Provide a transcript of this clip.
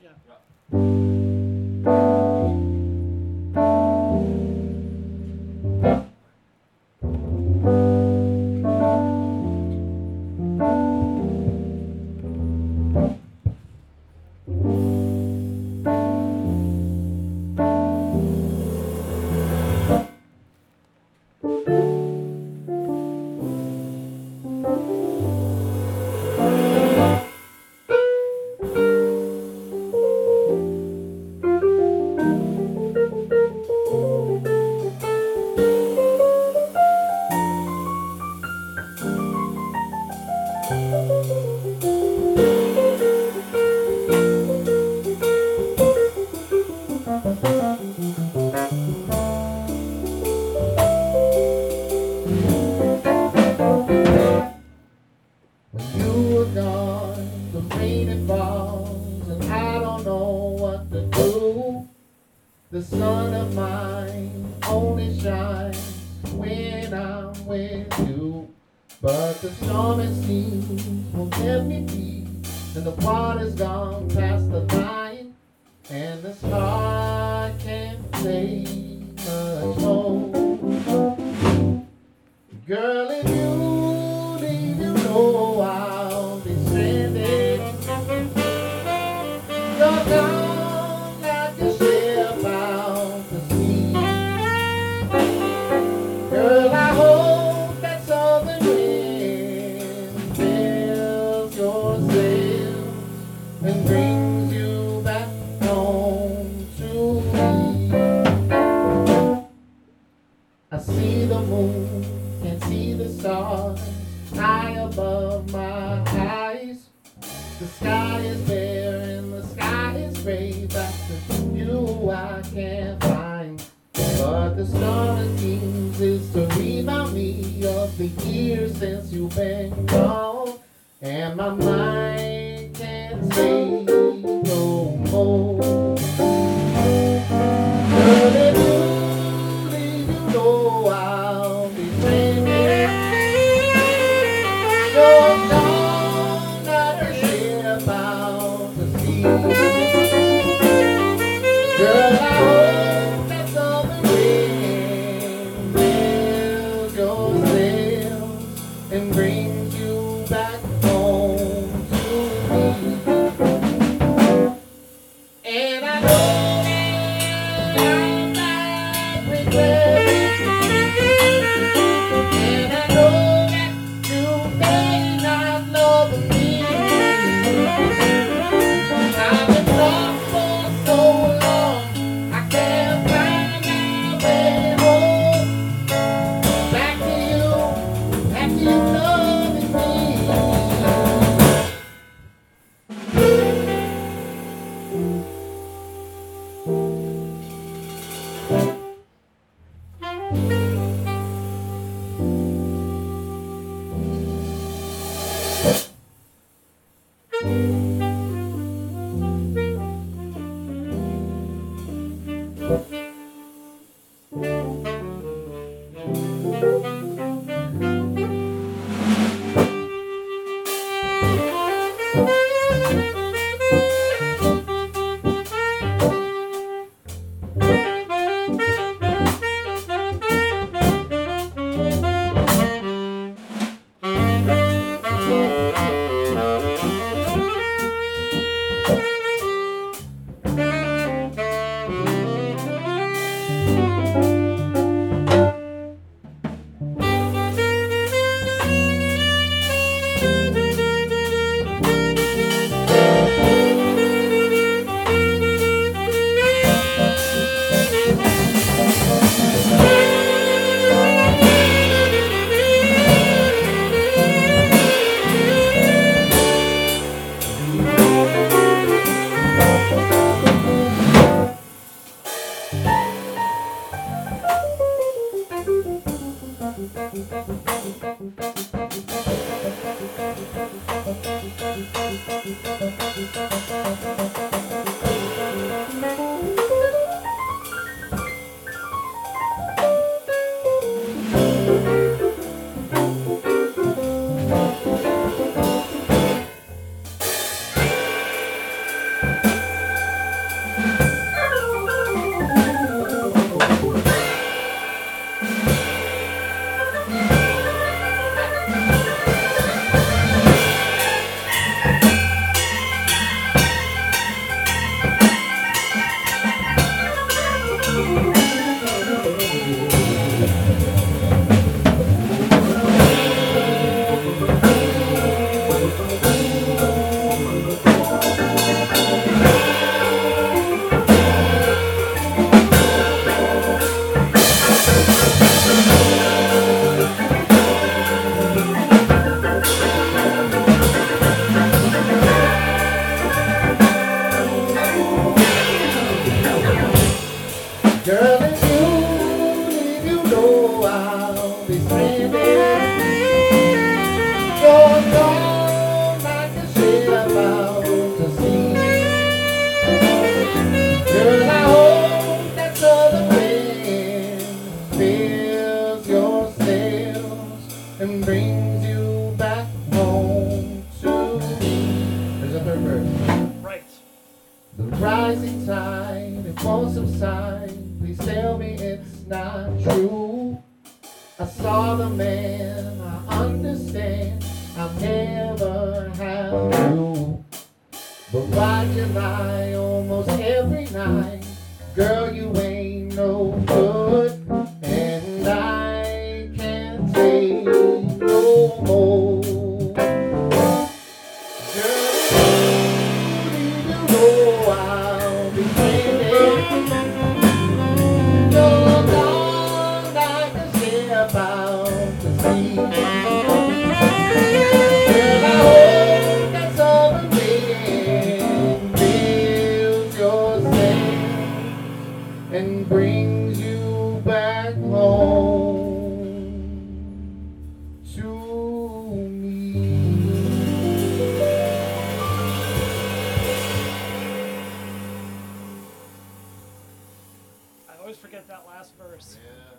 You were gone, the rain it falls, and I don't know what to do. The sun of mine only shines when I'm with you. But the storm it seems won't let me be, and the water's gone past the line, and this heart can't say much more. Girl, if you leave, you know I'll be stranded. You're gone like a ship out to sea. Girl, I hope that southern wind fills your sails and brings you back home to me. I see the moon, can't see the stars high above my eyes. The sky is bare and the sky is gray. Back to you I can't find. But the storm it seems is to remind me of the years since you've been gone. And my mind can't say no more. Girl, if you leave, you know I'll be stranded. You're gone like a ship out to sea. Girl, I hope that summer wind fills your sails and brings you back home to me. And I know I might regret it, and I know that you may not love me. I've been lost for so long, I can't find my way home. Back to you loving me. Girl, if you know I'll be spending your dawn like a ship out to sea. Girl, I hope that southern wind fills your sails and brings you back home to me. There's a third verse. Right. The rising tide, it won't subside. Please tell me it's not true. I saw the man, I understand. I'll never have you. But why you lie almost every night? Girl, you ain't no good. And I can't take no more. About to see. Well, I hope that's all the wind fills your sails and brings you back home to me. I always forget that last verse. Yeah.